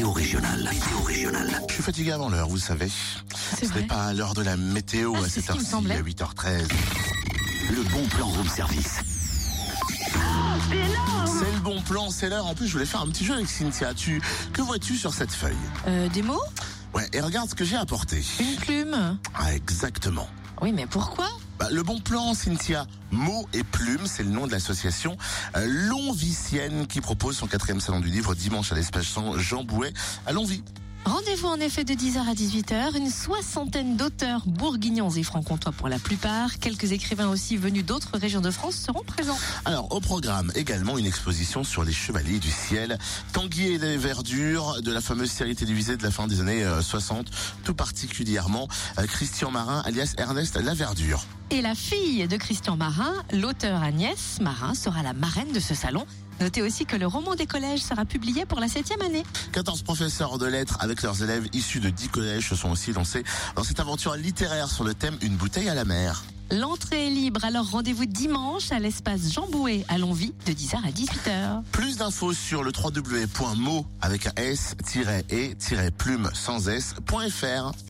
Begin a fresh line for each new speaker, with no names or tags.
météo régionale.
Je suis fatigué avant l'heure, vous savez. Ce n'est pas l'heure de la météo à cette heure-ci, à 8h13.
Le bon plan room service.
C'est le bon plan, c'est l'heure. En plus, je voulais faire un petit jeu avec Cynthia. Que vois-tu sur cette feuille?
Des mots?
Ouais, et regarde ce que j'ai apporté.
Une plume?
Ah, exactement.
Oui, mais pourquoi?
Le bon plan, Cynthia, mots et plumes, c'est le nom de l'association Longvicienne qui propose son 4e salon du livre dimanche à l'espace Jean Bouet à Longwy.
Rendez-vous en effet de 10h à 18h, une soixantaine d'auteurs bourguignons et franc-comtois pour la plupart. Quelques écrivains aussi venus d'autres régions de France seront présents.
Alors, au programme, également une exposition sur les chevaliers du ciel, Tanguy et les verdures, de la fameuse série télévisée de la fin des années 60, tout particulièrement Christian Marin, alias Ernest Laverdure.
Et la fille de Christian Marin, l'auteur Agnès Marin, sera la marraine de ce salon. Notez aussi que le roman des collèges sera publié pour la 7e année. 14
professeurs de lettres avec leurs élèves issus de 10 collèges se sont aussi lancés dans cette aventure littéraire sur le thème Une bouteille à la mer.
L'entrée est libre, alors rendez-vous dimanche à l'espace Jean Bouet à Longwy de 10h à 18h.
Plus d'infos sur le www.mot avec un s-et-plume sans s.fr.